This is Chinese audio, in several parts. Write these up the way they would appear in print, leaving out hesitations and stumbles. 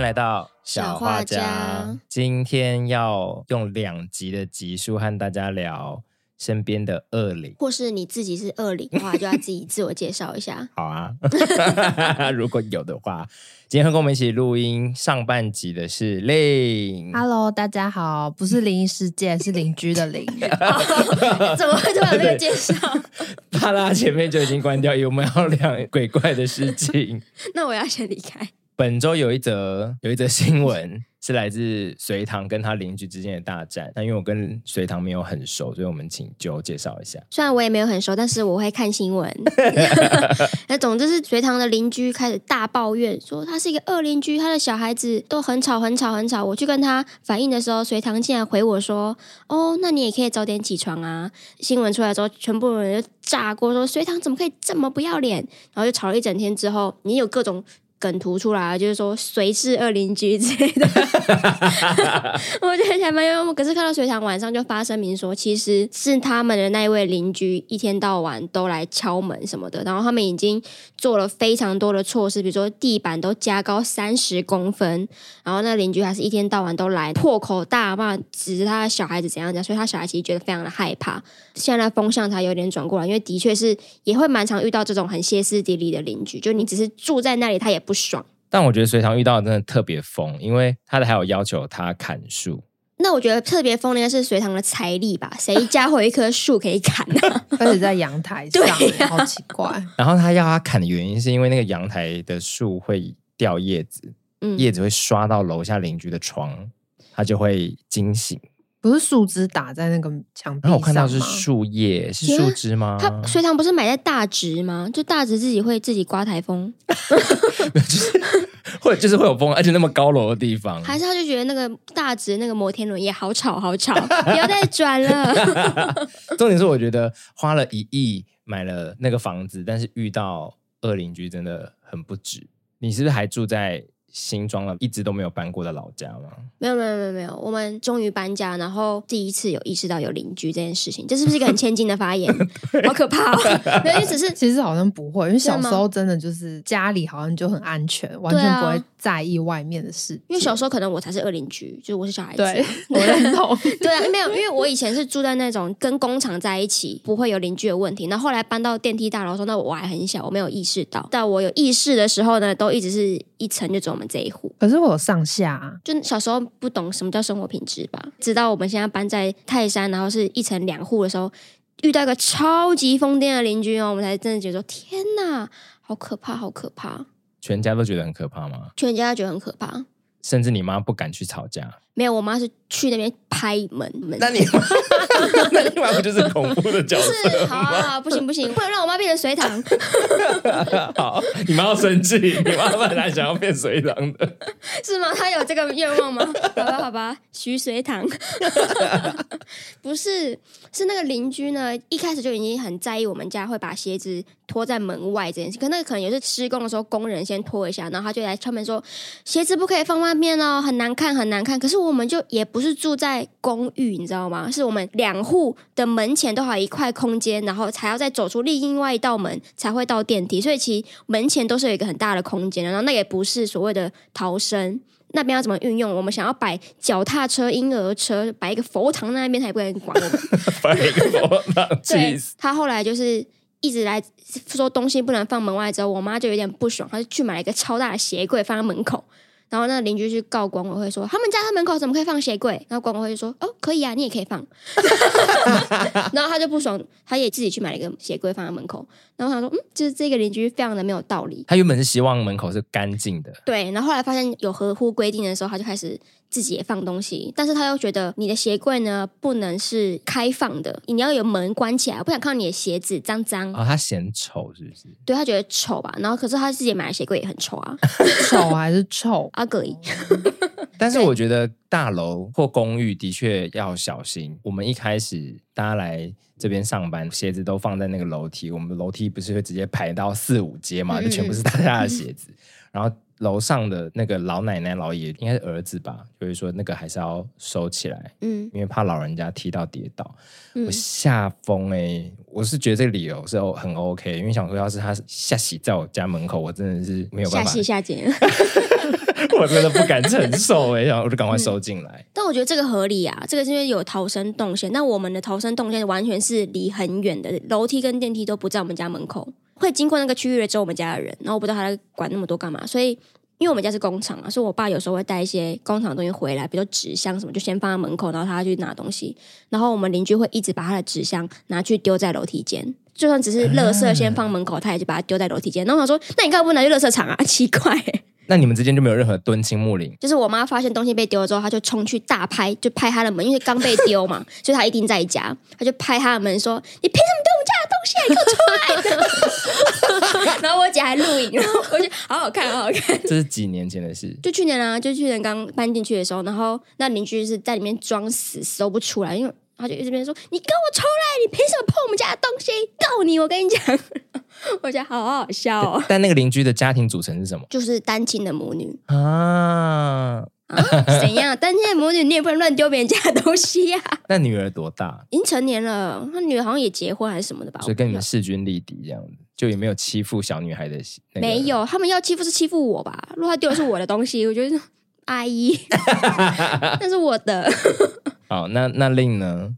来到小画家， 今天要用2集的集数和大家聊身边的恶灵， 或是你自己是恶灵的话，就要自己自我介绍一下。 好啊，如果有的话。今天和我们一起录音上半集的是令。 Hello， 大家好，不是灵异事件，是邻居的邻。 怎么会突然这个介绍？ 怕他前面就已经关掉，因为我们要聊鬼怪的事情。 那我要先离开。 本周有一则新闻是来自隋唐跟他邻居之间的大战。那因为我跟隋唐没有很熟，所以我们请就介绍一下。 虽然我也没有很熟，但是我会看新闻。那总之是隋唐的邻居开始大抱怨，说他是一个恶邻居，他的小孩子都很吵很吵很吵。我去跟他反映的时候，隋唐竟然回我说：“哦，那你也可以早点起床啊。”新闻出来之后，全部人就炸锅说隋唐怎么可以这么不要脸？然后就吵了一整天之后，你有各种梗图出来，就是说谁是恶邻居之类的。我觉得还蛮幽默。可是看到隋唐晚上就发声明说，其实是他们的那一位邻居一天到晚都来敲门什么的，然后他们已经做了非常多的措施，比如说地板都加高30公分，然后那邻居还是一天到晚都来破口大骂，指着他的小孩子怎样讲，所以他小孩其实觉得非常的害怕。现在风向才有点转过来，因为的确是也会蛮常遇到这种很歇斯底里的邻居，就你只是住在那里他也不爽。 但我觉得隋唐遇到的真的特别疯，因为他还有要求他砍树。 那我觉得特别疯的应该是隋唐的财力吧，谁家会有一棵树可以砍啊？ 而且在阳台上， 对啊， 好奇怪。 然后他要他砍的原因是因为那个阳台的树会掉叶子，叶子会刷到楼下邻居的床，他就会惊醒。 不是树枝打在那个墙壁上吗？ 然后我看到是树叶，是树枝吗？ 他隋唐不是买在大直吗？就大直自己会自己刮台风， 或者就是会有风，而且那么高楼的地方， 还是他就觉得那个大直那个摩天轮也好吵好吵，不要再转了。 重点是我觉得花了1亿买了那个房子，但是遇到恶邻居真的很不值。你是不是还住在新庄了，一直都没有搬过的老家吗？ 没有，我们终于搬家，然后第一次有意识到有邻居这件事情，这是不是一个很千金的发言？好可怕哦！没有，只是其实好像不会，因为小时候真的就是家里好像就很安全，完全不会在意外面的事。 因为小时候可能我才是恶邻居，就是我是小孩子。 对，我认同。 对啊，没有，因为我以前是住在那种跟工厂在一起，不会有邻居的问题。然后后来搬到电梯大楼的时候，那我还很小，我没有意识到。到我有意识的时候呢，都一直是一层就只有我们这一户。 可是我有上下啊， 就小时候不懂什么叫生活品质吧，直到我们现在搬在泰山，然后是1层2户的时候，遇到一个超级疯癫的邻居哦，我们才真的觉得说天哪，好可怕，好可怕！ 全家都觉得很可怕吗？ 全家都觉得很可怕， 甚至你妈不敢去吵架。 没有，我妈是去那边拍门。 那你妈不就是恐怖的角色吗？ 是，好，不行，不能让我妈变成隋唐。 好，你妈要生气，你妈本来想要变隋唐的， 是吗？她有这个愿望吗？好吧，徐隋唐。不是，是那个邻居呢，一开始就已经很在意我们家会把鞋子拖在门外这件事，可那个可能也是施工的时候工人先拖一下，然后他就来敲门说鞋子不可以放外面哦，很难看很难看。可是我们就也不是住在公寓，你知道吗？是我们2户的门前都还有一块空间，然后才要再走出另外一道门才会到电梯，所以其实门前都是有一个很大的空间，然后那也不是所谓的逃生。那边要怎么运用？我们想要摆脚踏车、婴儿车，摆一个佛堂在那边，他也不会管我们。 摆一个佛堂， 对，他后来就是一直来说东西不能放门外之后，我妈就有点不爽，她就去买了一个超大的鞋柜放在门口。然后那个邻居去告管委会说，他们家的门口怎么可以放鞋柜？然后管委会就说，哦，可以啊，你也可以放。然后他就不爽，他也自己去买了一个鞋柜放在门口。然后他说，就是这个邻居非常的没有道理。 他原本是希望门口是干净的， 对。然后后来发现有合乎规定的时候，他就开始自己也放东西，但是他又觉得你的鞋柜呢不能是开放的，你要有门关起来，我不想看到你的鞋子脏脏。 他嫌丑是不是？ 对，他觉得丑吧。然后可是他自己买的鞋柜也很丑啊。 丑还是臭 ？ugly。 但是我觉得大楼或公寓的确要小心。我们一开始大家来这边上班，鞋子都放在那个楼梯，我们楼梯不是会直接排到4、5阶嘛，就全部是大家的鞋子。然后楼上的那个老奶奶老爷应该是儿子吧，就会说那个还是要收起来，因为怕老人家踢到跌倒。我吓疯我是觉得这个理由是很 OK， 因为想说要是他下洗在我家门口，我真的是没有办法下洗下剪我真的不敢承受然后我就赶快收进来。 但我觉得这个合理啊，这个是因为有逃生动线，但我们的逃生动线完全是离很远的，楼梯跟电梯都不在我们家门口，会经过那个区域的只有我们家的人，然后我不知道他在管那么多干嘛，所以因为我们家是工厂啊，所以我爸有时候会带一些工厂的东西回来，比如说纸箱什么，就先放在门口，然后他去拿东西，然后我们邻居会一直把他的纸箱拿去丢在楼梯间，就算只是垃圾先放门口，他也就把它丢在楼梯间。然后我说，那你干嘛不拿去垃圾场啊？奇怪那你们之间就没有任何敦亲睦邻？ 就是我妈发现东西被丢了之后，她就冲去大拍，就拍她的门，因为刚被丢嘛，所以她一定在家，她就拍她的门说：“你凭什么丢我们家的东西？你给我出来！”然后我姐还录影，然后我就好好看，好好看。 这是几年前的事？ 就去年啊，就去年刚搬进去的时候，然后那邻居是在里面装死，死都不出来，因为他就一直边说：“你给我出来！你凭什么碰我们家的东西？告你！我跟你讲。”我觉得好好笑哦。 但那个邻居的家庭组成是什么？ 就是单亲的母女啊。 怎样？单亲的母女你也不能乱丢别人家的东西呀。 那女儿多大？ 已经成年了，她女儿好像也结婚还是什么的吧？ 所以跟你们势均力敌这样子，就也没有欺负小女孩的那个。 没有，他们要欺负是欺负我吧？如果他丢的是我的东西，我觉得阿姨，那是我的。 好，那令呢？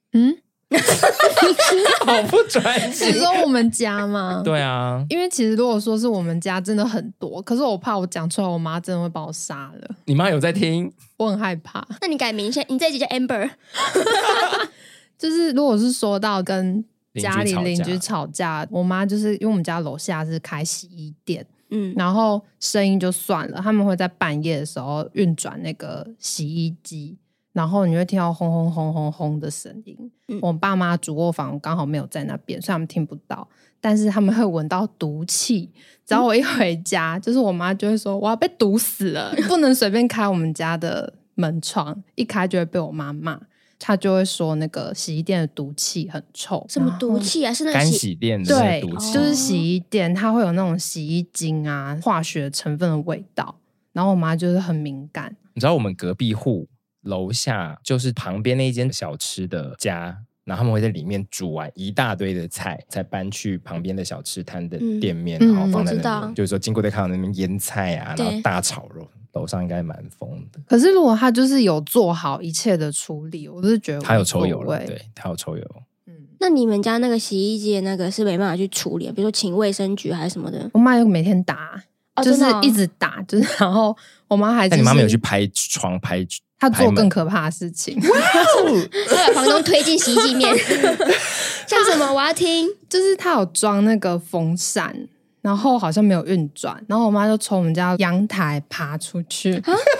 好不专心。 你说我们家吗？ 对啊， 因为其实如果说是我们家真的很多，可是我怕我讲出来，我妈真的会把我杀了。 你妈有在听？ 我很害怕。 那你改名一下，你这一集叫 Amber。 就是如果是说到跟家里邻居吵架，我妈就是因为我们家楼下是开洗衣店，然后声音就算了，他们会在半夜的时候运转那个洗衣机。然后你会听到轰轰轰轰轰的声音，我爸妈主卧房刚好没有在那边，所以他们听不到，但是他们会闻到毒气。只要我一回家，就是我妈就会说我要被毒死了，不能随便开我们家的门窗，一开就会被我妈骂。她就会说那个洗衣店的毒气很臭。 什么毒气啊？是那个干洗店的那个毒气？ 就是洗衣店它会有那种洗衣精啊化学成分的味道，然后我妈就是很敏感。 你知道我们隔壁户楼下就是旁边那一间小吃的家，然后他们会在里面煮完一大堆的菜，才搬去旁边的小吃摊的店面，然后放在那边。就是说经过再看到那边腌菜啊，然后大炒肉，楼上应该蛮疯的。 可是如果他就是有做好一切的处理，我是觉得他有抽油了，对，他有抽油。 那你们家那个洗衣机的那个是没办法去处理，比如说请卫生局还是什么的？ 我妈有每天打，就是一直打，就是然后我妈还是。 但你妈没有去拍床拍？ 他做更可怕的事情， 他把房东推进洗衣机里面，像什么？我要听， 就是他有装那个风扇，然后好像没有运转，然后我妈就从我们家阳台爬出去，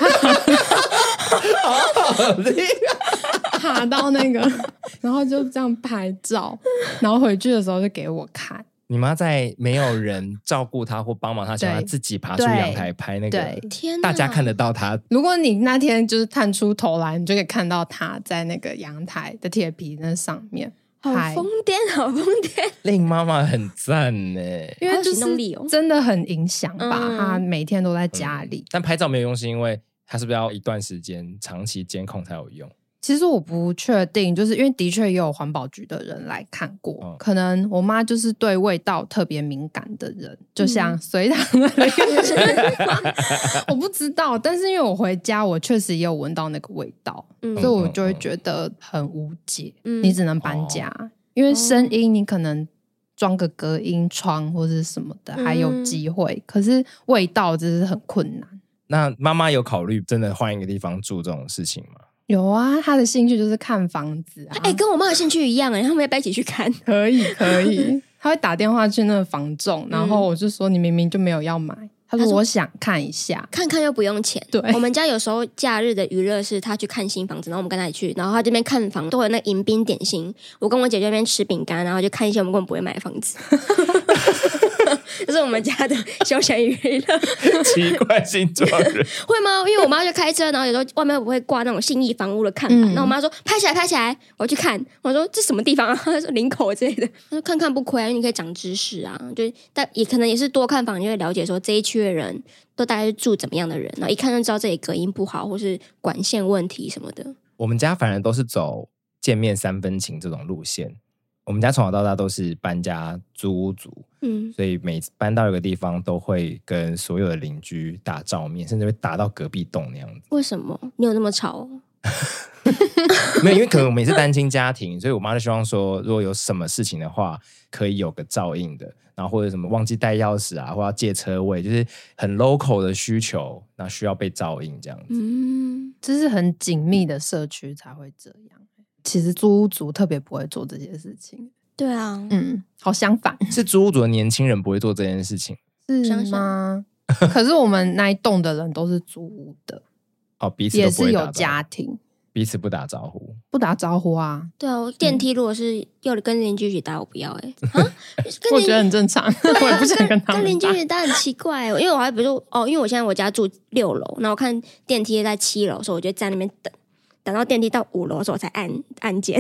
爬到那个，然后就这样拍照，然后回去的时候就给我看。 你妈在没有人照顾她或帮忙她，想她自己爬出阳台拍那个， 天哪， 大家看得到她。 如果你那天就是探出头来，你就可以看到她在那个阳台的铁皮那上面。 好疯癫，好疯癫！ 令妈妈很赞呢， 因为就是真的很影响吧，她每天都在家里。 但拍照没有用，是因为她是不是要一段时间长期监控才有用？ 其实我不确定，就是因为的确也有环保局的人来看过，可能我妈就是对味道特别敏感的人，就像隋唐的那个人，我不知道，但是因为我回家，我确实也有闻到那个味道，所以我就会觉得很无解，你只能搬家，因为声音你可能装个隔音窗或是什么的还有机会，可是味道真是很困难。 那妈妈有考虑真的换一个地方住这种事情吗？ 有啊，他的兴趣就是看房子啊。 跟我妈的兴趣一样他们要不要一起去看？ 可以，他会打电话去那个房仲，然后我就说你明明就没有要买，他说我想看一下， 看看又不用钱。对，我们家有时候假日的娱乐是他去看新房子，然后我们跟他一起去，然后他这边看房都有那迎宾点心，我跟我姐姐那边吃饼干，然后就看一些我们根本不会买的房子。这是我们家的休闲娱乐。 奇怪星座人会吗？因为我妈就开车，然后有时候外面不会挂那种信义房屋的看板，然后我妈说拍起来拍起来，我去看，我说这什么地方啊？她说林口之类的，她说看看不亏啊，因为你可以长知识啊，就但也可能也是多看房，你会了解说这一区的人都大概是住怎么样的人，然后一看就知道这里隔音不好或是管线问题什么的。 我们家反而都是走见面3分情这种路线。 我们家从小到大都是搬家租屋族，所以每次搬到一个地方都会跟所有的邻居打照面，甚至会打到隔壁栋那样子。 为什么？你有那么吵？ 没有，因为可能我们也是单亲家庭，所以我妈就希望说，如果有什么事情的话，可以有个照应的，然后或者什么忘记带钥匙啊，或要借车位，就是很 local 的需求，那需要被照应这样子。 这是很紧密的社区才会这样。其实租屋族特别不会做这些事情。 对啊， 好相反， 是租屋族的年轻人不会做这件事情， 是吗？可是我们那一栋的人都是租屋的， 彼此都不会也是有家庭， 彼此不打招呼， 不打招呼啊。 对啊，电梯如果是要跟邻居一起搭，我不要我觉得很正常，我也不想跟他们搭。 跟邻居一起搭很奇怪因为我还比如说因为我现在我家住6楼，然后我看电梯在7楼的时候，我就在那边等到电梯到5楼的时候我才按键。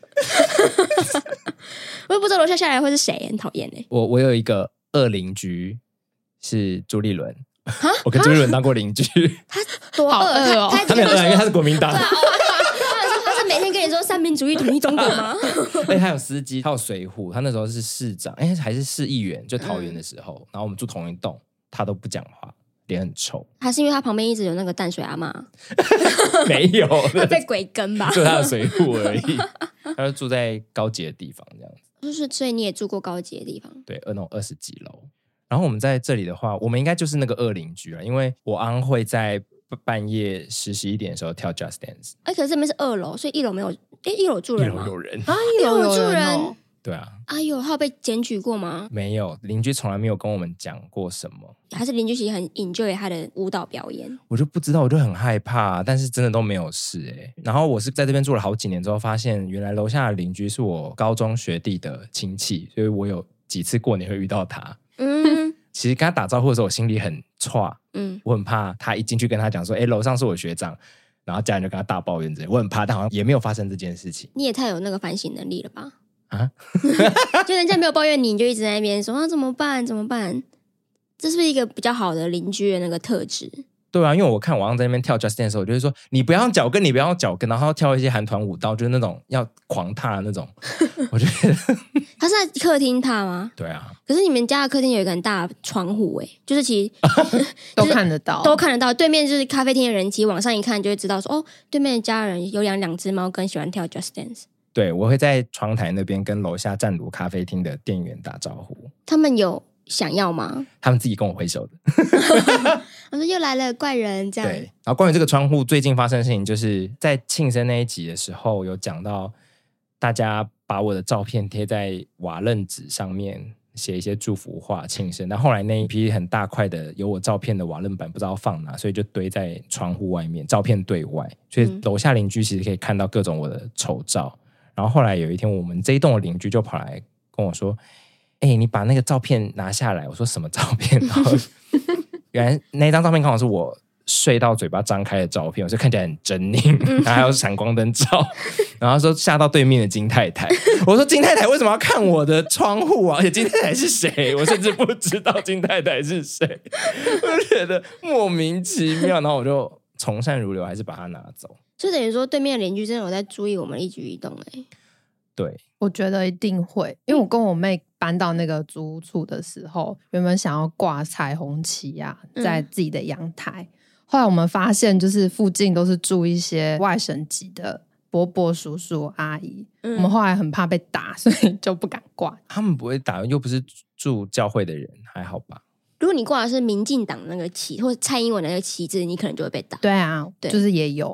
我也不知道楼下来会是谁，很讨厌我有一个恶邻居是朱立伦，我跟朱立伦当过邻居。 他多恶他没有恶，因为他是国民党。 他是每天跟你说三民主义统一中国吗？ 他有司机，他有随扈，他那时候是市长，还是市议员，就桃园的时候，然后我们住同一栋，他都不讲话，脸很臭。 还是因为他旁边一直有那个淡水阿嬷？ 没有， 他被鬼跟吧？ 就他的随扈而已。他就住在高级的地方，这样子。 就是所以你也住过高级的地方？对， 那种20几楼。然后我们在这里的话，我们应该就是那个恶邻居了，因为我安会在半夜11点的时候跳 Just Dance。 可是这边是2楼，所以1楼没有。1楼住人吗？ 1楼有人啊，1楼有住人。 对啊。 哎呦，他有被检举过吗？ 没有，邻居从来没有跟我们讲过什么。 还是邻居其实很 enjoy 他的舞蹈表演？ 我就不知道，我就很害怕，但是真的都没有事然后我是在这边住了好几年之后，发现原来楼下的邻居是我高中学弟的亲戚，所以我有几次过年会遇到他。其实跟他打招呼的时候，我心里很挫，我很怕他一进去跟他讲说，楼上是我学长，然后家人就跟他大抱怨之类，我很怕，但好像也没有发生这件事情。 你也太有那个反省能力了吧？就人家没有抱怨你，你就一直在那边说怎么办？这是不是一个比较好的邻居的那个特质？ 对啊，因为我看网上在那边跳 Just Dance 的时候，我就会说你不要用脚跟，你不要用脚跟，然后跳一些韩团舞蹈，就是那种要狂踏的那种。我觉得他是在客厅踏吗？ 对啊。 可是你们家的客厅有一个很大的窗户就是其实都看得到， 对面就是咖啡厅的人，其实往上一看就会知道说对面的家人有养2只猫，跟喜欢跳 Just Dance。 对，我会在窗台那边跟楼下站读咖啡厅的店员打招呼。 他们有想要吗？ 他们自己跟我挥手的。 我说又来了怪人这样。 对，然后关于这个窗户最近发生的事情，就是在庆生那一集的时候有讲到，大家把我的照片贴在瓦楞纸上面，写一些祝福话庆生。但后来那一批很大块的有我照片的瓦楞板不知道放哪，所以就堆在窗户外面，照片对外，所以楼下邻居其实可以看到各种我的丑照。然后后来有一天，我们这一栋的邻居就跑来跟我说，你把那个照片拿下来。我说什么照片？然后原来那张照片刚好是我睡到嘴巴张开的照片，我就看起来很狰狞，然后还有闪光灯照。然后说吓到对面的金太太。我说金太太为什么要看我的窗户啊？而且金太太是谁？我甚至不知道金太太是谁。我就觉得莫名其妙，然后我就从善如流，还是把它拿走。 就等于说对面的邻居真的有在注意我们的一举一动对， 我觉得一定会，因为我跟我妹搬到那个租屋处的时候，原本想要挂彩虹旗在自己的阳台，后来我们发现就是附近都是住一些外省籍的伯伯、叔叔、阿姨，我们后来很怕被打，所以就不敢挂。 他们不会打，又不是住教会的人，还好吧？ 如果你挂的是民进党那个旗或者蔡英文的那个旗帜，你可能就会被打。 对啊，对，就是也有。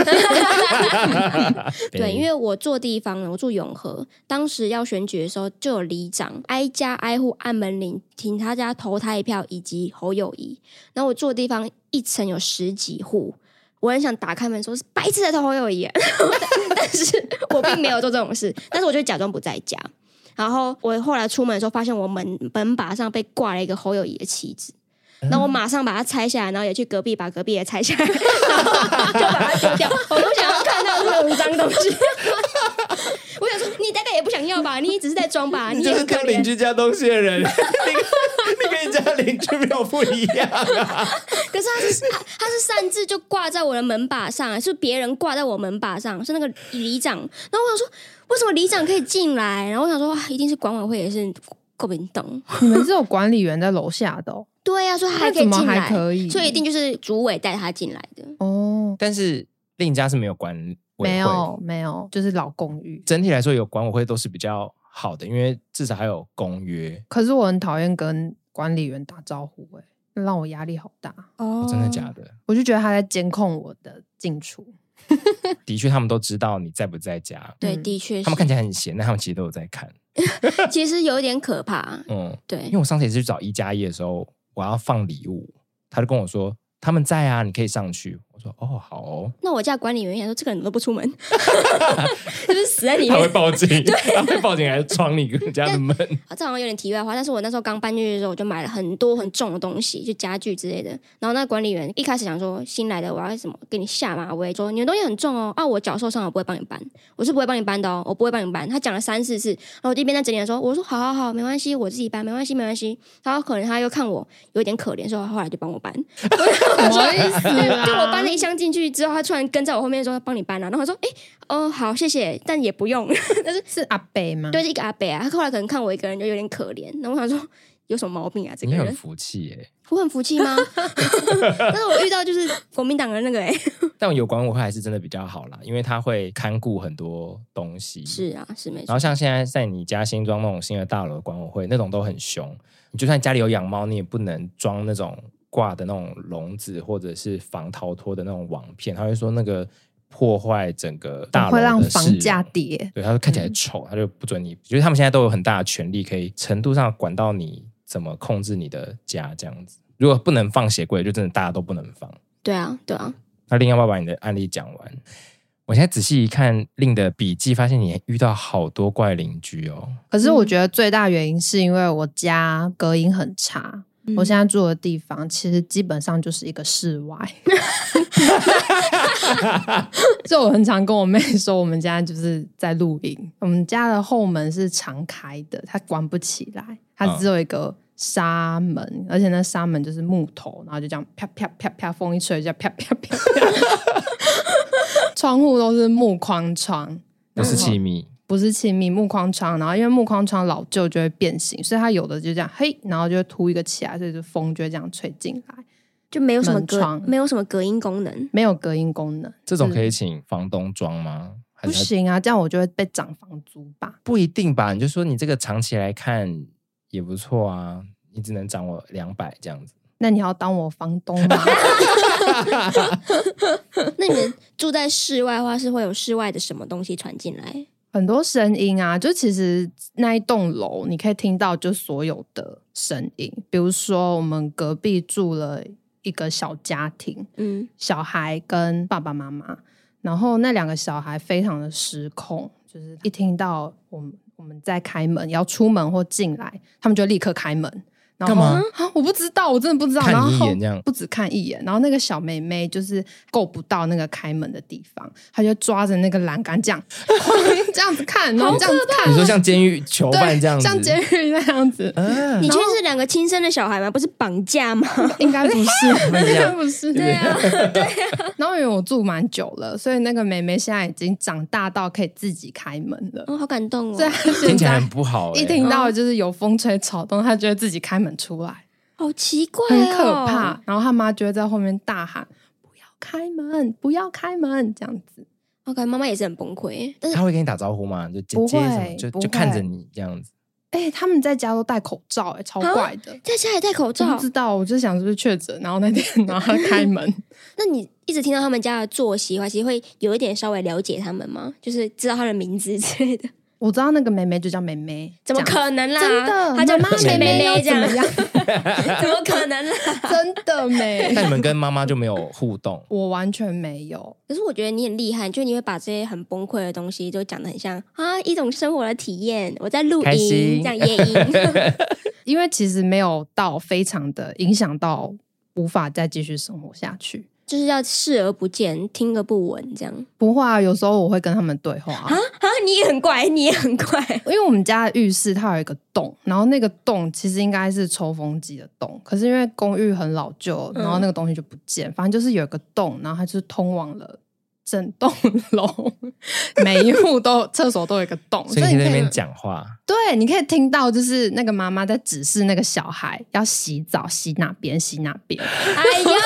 对，因为我住地方呢，我住永和，当时要选举的时候，就有里长挨家挨户按门铃，请他家投他一票，以及侯友宜。然后我住的地方一层有10几户，我很想打开门说是白痴在投侯友宜，但是我并没有做这种事，但是我就假装不在家。然后我后来出门的时候，发现我门把上被挂了一个侯友宜的旗子，然后我马上把它拆下来，然后也去隔壁把隔壁也拆下来，然后就把它丢掉。我不想要看到这种脏东西。我想说，你大概也不想要吧？你只是在装吧？ 你就是丢邻居家东西的人，你跟你家邻居没有不一样啊。 可是他是擅自就挂在我的门把上，是别人挂在我门把上，是那个里长。然后我想说，为什么里长可以进来？然后我想说，哇，一定是管委会也是够平等。 你们是有管理员在楼下的哦？ 对啊，所以他还可以进来， 还可以， 所以一定就是主委带他进来的哦。 但是另一家是没有管委会， 没有，就是老公寓。 整体来说，有管委会都是比较好的，因为至少还有公约。 可是我很讨厌跟管理员打招呼，让我压力好大。 哦，真的假的？ 我就觉得他在监控我的进出。 的确，他们都知道你在不在家。 对，的确是。 他们看起来很闲，但他们其实都有在看。 其实有点可怕。对， 因为我上次也是去找1+1的时候，我要放礼物，他就跟我说他们在啊，你可以上去。我说哦，好哦。 那我家管理员也说这个人都不出门，就是死在里面。 他会报警，他会报警还是闯你家的门？ 这好像有点题外话，但是我那时候刚搬进去的时候，我就买了很多很重的东西，就家具之类的。然后那管理员一开始想说新来的我要什么给你下马威，说你的东西很重哦，我脚受伤了，我不会帮你搬，我是不会帮你搬的哦，我不会帮你搬。他讲了3-4次，然后我这边在整理的时候，我说好，没关系，我自己搬，没关系。然后可能他又看我有点可怜，所以后来就帮我搬。 什么意思啊？ 就我搬了一箱进去之后，他突然跟在我后面说帮你搬了，然后他说好谢谢，但也不用。但是阿伯吗？ 对，是一个阿伯啊。他后来可能看我一个人就有点可怜，然后我想说有什么毛病啊？这个人你很福气耶。 我很福气吗？但是我遇到就是国民党的那个但有管委会还是真的比较好啦，因为他会看顾很多东西。 是啊，是没错。 然后像现在在你家新装那种新的大楼的管委会，那种都很凶。你就算家里有养猫，你也不能装那种挂的那种笼子，或者是防逃脱的那种网片。他会说那个破坏整个大楼的会让房价跌。 对，他说看起来丑，他就不准你。就是他们现在都有很大的权利，可以程度上管到你怎么控制你的家这样子。如果不能放鞋柜，就真的大家都不能放。 对啊。 那另要不要把你的案例讲完？我现在仔细一看令的笔记，发现你遇到好多怪邻居哦。 可是我觉得最大原因是因为我家隔音很差。我现在住的地方其实基本上就是一个室外。所以我很常跟我妹说我们家就是在露营。我们家的后门是常开的，它关不起来，它只有一个纱门，而且那纱门就是木头，然后就这样啪啪啪啪，风一吹就啪啪啪啪。窗户都是木框窗， 不是气密， 不是气密木框窗，然后因为木框窗老旧就会变形，所以它有的就这样嘿，然后就会凸一个起来，所以就风就会这样吹进来， 就没有什么隔音功能， 没有隔音功能。 这种可以请房东装吗？ 不行啊，这样我就会被涨房租吧？ 不一定吧，你就说你这个长期来看也不错啊，你只能涨我200这样子。 那你要当我房东吗？ 那你们住在室外的话，是会有室外的什么东西传进来？ 很多声音啊，就其实那一栋楼你可以听到就所有的声音。比如说我们隔壁住了一个小家庭，小孩跟爸爸妈妈，然后那2个小孩非常的失控，就是一听到我们在开门要出门或进来，他们就立刻开门。 干嘛？ 我不知道，我真的不知道。 看你一眼这样， 不止看一眼。然后那个小妹妹就是够不到那个开门的地方，她就抓着那个栏杆这样这样子看，然后这样子看。 你说像监狱囚犯这样子， 像监狱那样子。 你确定是2个亲生的小孩吗？不是绑架吗？ 应该不是，应该不是。 对啊。 然后因为我住蛮久了，所以那个妹妹现在已经长大到可以自己开门了。 好感动哦！ 听起来很不好。 一听到就是有风吹草动，她就会自己开门出来， 好奇怪很可怕。然后他妈就会在后面大喊不要开门，不要开门，这样子。 OK， 妈妈也是很崩溃。但是他会跟你打招呼吗？就姐姐什么，就看着你这样子。 他们在家都戴口罩，超怪的。 在家也戴口罩？ 我不知道，我就想是不是确诊，然后那天然后他开门。 那你一直听到他们家的作息的话，其实会有一点稍微了解他们吗？就是知道他的名字之类的。 我知道那个妹妹就叫妹妹， 怎么可能啦？ 真的， 她叫妹妹这样，怎么可能啦？ 真的没。 那你们跟妈妈就没有互动？ 我完全没有。 可是我觉得你很厉害，就你会把这些很崩溃的东西都讲得很像一种生活的体验。我在露营，这样夜营。 因为其实没有到非常的影响到无法再继续生活下去。 就是要视而不见，听而不闻，这样。 不会啊，有时候我会跟他们对话。 你也很怪，你也很怪。 因为我们家的浴室它有一个洞，然后那个洞其实应该是抽风机的洞，可是因为公寓很老旧，然后那个东西就不见，反正就是有一个洞，然后它就是通往了整栋楼，每一户都厕所都有一个洞， 所以你在那边讲话。 对，你可以听到就是那个妈妈在指示那个小孩要洗澡，洗哪边洗哪边。 哎呀，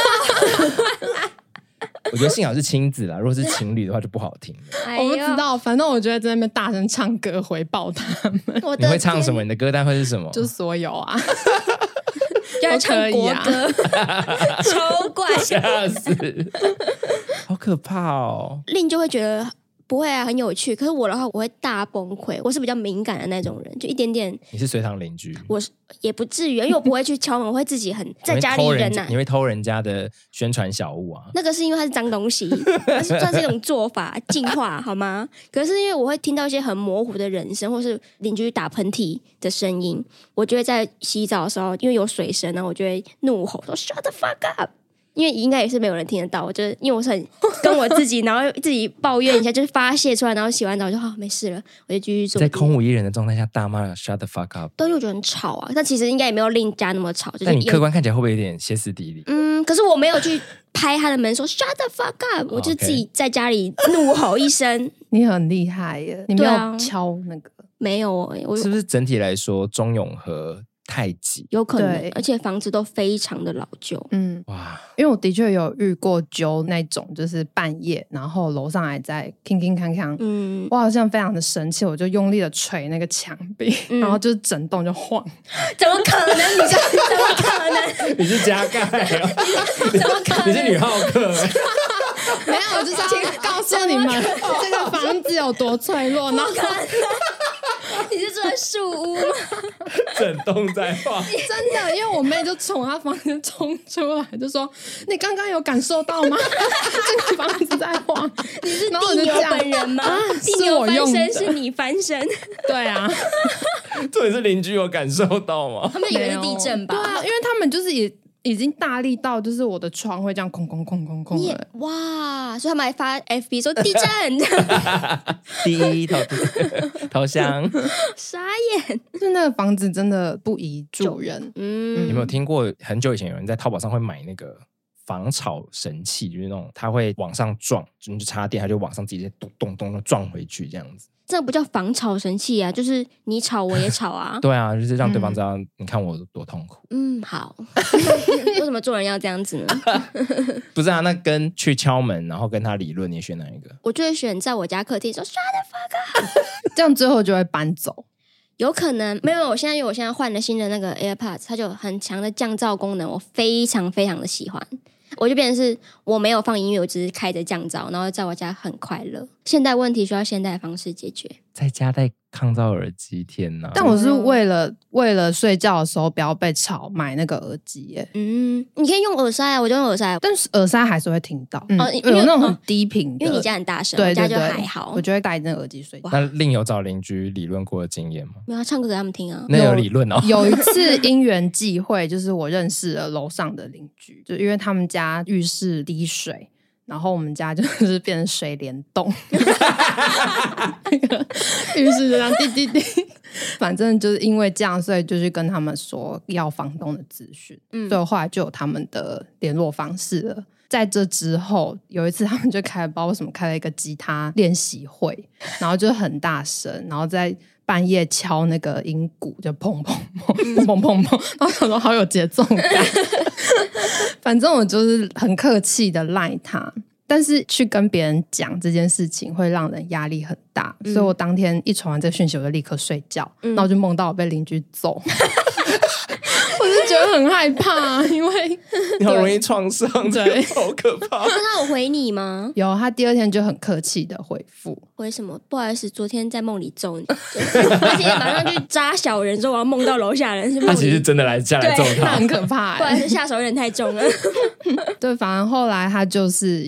我觉得幸好是亲子啦，如果是情侣的话就不好听了。 我不知道，反正我觉得在那边大声唱歌回报他们。 你会唱什么？你的歌单会是什么？ 就所有啊。 要唱国歌，超怪， 吓死，好可怕哦！ 令就会觉得不会啊，很有趣。可是我的话，我会大崩溃。我是比较敏感的那种人，就一点点。 你是随堂邻居？ 我也不至于，因为我不会去敲门，我会自己很在家里忍耐。 你会偷人家的宣传小物啊？ 那个是因为它是脏东西，它算是一种做法净化，好吗？可是因为我会听到一些很模糊的人声，或是邻居打喷嚏的声音，我就会在洗澡的时候，因为有水声，然后我就会怒吼说 "Shut the fuck up"。因为应该也是没有人听得到，我就是因为我是很跟我自己，然后自己抱怨一下，就是发泄出来，然后洗完澡就没事了，我就继续做。 在空无一人的状态下大骂 "Shut the fuck up"， 都又觉得很吵啊。但其实应该也没有令家那么吵。就是、 但你客观看起来会不会有点歇斯底里？ 可是我没有去拍他的门说 "Shut the fuck up"， 我就自己在家里怒吼一声。 你很厉害耶，你没有敲那个？ 没有我是不是整体来说中永和太挤？ 有可能，而且房子都非常的老旧。 哇！ 因为我的确有遇过揪那种，就是半夜，然后楼上还在铿铿锵锵，我好像非常的生气，我就用力的捶那个墙壁，然后就是整栋就晃。 怎么可能？你怎么可能？ 你是加盖哦？ 怎么可能？ 你是女浩克？ 没有，我就是要告诉你们这个房子有多脆弱。然后你是住在树屋吗？ 整栋在晃， 真的，因为我妹就从她房间冲出来，就说：“你刚刚有感受到吗？这个房子在晃。” 你是地牛本人吗？地牛翻身是你翻身？ 对啊， 这也是邻居有感受到吗？ 他们以为是地震吧？ 对啊，因为他们就是已经大力到，就是我的窗会这样空空空空空的。 哇！所以他们还发 FB 说地震， 第一头香， 傻眼。 就那个房子真的不宜住人。 你有没有听过很久以前有人在淘宝上会买那个防吵神器，就是那种它会往上撞，你就插电，它就往上直接咚咚咚的撞回去这样子。 这不叫防吵神器啊，就是你吵我也吵啊。 对啊，就是让对方知道，你看我多痛苦。 好。为什么做人要这样子呢？ 不是啊，那跟去敲门然后跟他理论，你选哪一个？ 我就会选在我家客厅说 "Shut the fuck up"， 这样最后就会搬走。 有可能没有，因为我现在换了新的那个 AirPods， 它就有很强的降噪功能，我非常非常的喜欢。我就变成是我没有放音乐，我只是开着降噪，然后在我家很快乐。现代问题需要现代的方式解决。 在家戴抗噪耳机，天哪！ 但我是为了睡觉的时候不要被吵，买那个耳机耶。 你可以用耳塞啊，我就用耳塞， 但是耳塞还是会听到。有那种很低频的， 因为你家很大声， 对我家就还好， 我就会戴那个耳机睡觉。 那另有找邻居理论过的经验吗？ 没有，唱歌给他们听啊。 那有理论哦。 有一次因缘际会，就是我认识了楼上的邻居，就因为他们家浴室滴水。然后我们家就是变成水帘洞，那个浴室就这样滴滴滴，反正就是因为这样，所以就去跟他们说要房东的资讯，所以后来就有他们的联络方式了。在这之后，有一次他们就不知道为什么开了一个吉他练习会，然后就很大声，然后在半夜敲那个音鼓，就砰砰砰砰砰砰砰，然后想说好有节奏感。反正我就是很客气的赖他，但是去跟别人讲这件事情会让人压力很大，所以我当天一传完这个讯息我就立刻睡觉，然后我就梦到我被邻居揍。我就觉得很害怕，因为你好容易创伤，对，好可怕。 那他有回你吗？ 有，他第二天就很客气的回复。 回什么？不好意思，昨天在梦里揍你，而且马上去扎小人，说我要梦到楼下人。 他其实真的下来揍他， 很可怕。 不好意思，下手有点太重了。 对，反正后来他就是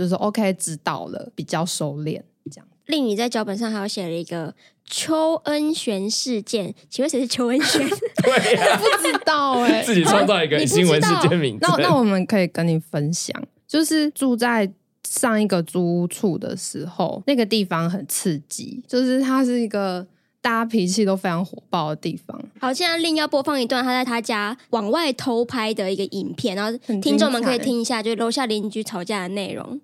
OK 知道了，比较收敛这样。 令你在脚本上还有写了一个邱恩璇事件，请问谁是邱恩璇？ 对呀， 不知道自己创造一个新闻事件名字。 那我们可以跟你分享，就是住在上一个租屋处的时候，那个地方很刺激，就是它是一个大家脾气都非常火爆的地方。 好，现在令要播放一段他在他家往外偷拍的一个影片，然后听众们可以听一下，就是楼下邻居吵架的内容。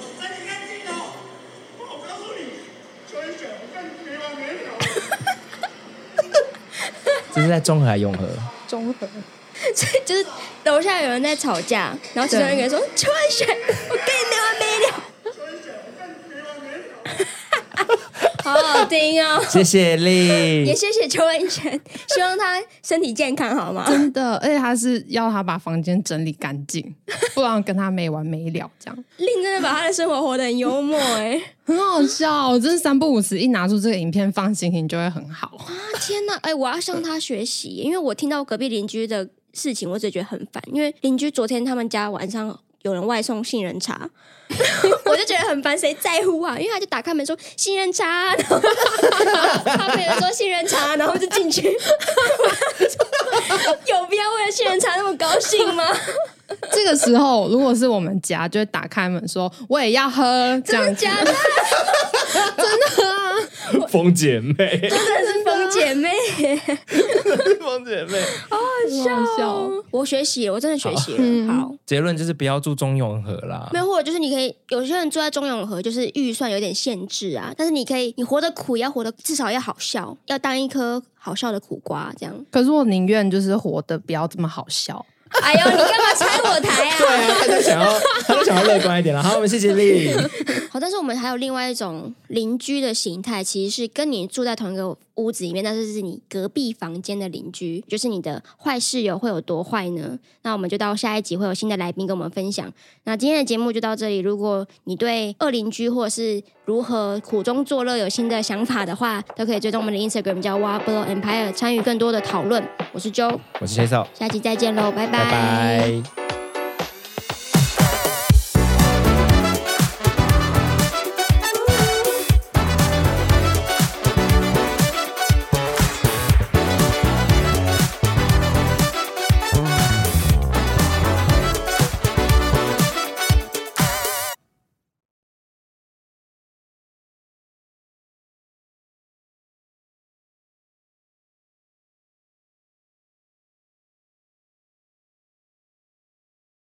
这是在中和还是永和？ 中和。 所以就是楼下有人在吵架，然后其中一个人说：“邱文璇，我跟你没完没了。”好好听哦！ 谢谢丽， 也谢谢邱文璇，希望他身体健康，好吗？ 真的，而且他是要他把房间整理干净，不然跟他没完没了这样。 令真的把他的生活活得很幽默很好笑。我真是3不5时一拿出这个影片放，心情就会很好啊！天哪，我要向他学习，因为我听到隔壁邻居的事情，我只觉得很烦，因为邻居昨天他们家晚上有人外送杏仁茶，我就觉得很烦，谁在乎啊？因为他就打开门说杏仁茶，然后他陪人说杏仁茶，然后就进去，有必要为了杏仁茶那么高兴吗？ 这个时候如果是我们家，就会打开门说我也要喝，这样真的假的？ 真的啊， 疯姐妹， 真的是疯姐妹， 疯姐妹， 好好笑哦！我学习了，我真的学习了。好， 结论就是不要住中永和啦。 没有，或者就是你可以，有些人住在中永和，就是预算有点限制啊。但是你可以，你活得苦，也要活得至少要好笑，要当一颗好笑的苦瓜这样。 可是我宁愿就是活得不要这么好笑。 哎呦，你干嘛拆我台啊？ 对啊，他就想要乐观一点了。好，我们谢谢丽。 好，但是我们还有另外一种邻居的形态，其实是跟你住在同一个屋子里面，但是是你隔壁房间的邻居，就是你的坏室友会有多坏呢？那我们就到下一集会有新的来宾跟我们分享。那今天的节目就到这里。如果你对恶邻居或者是如何苦中作乐有新的想法的话，都可以追踪我们的 Instagram 叫 Wablo Empire 参与更多的讨论。我是 Joe， 我是谢少， 下期再见喽，拜拜。 拜拜。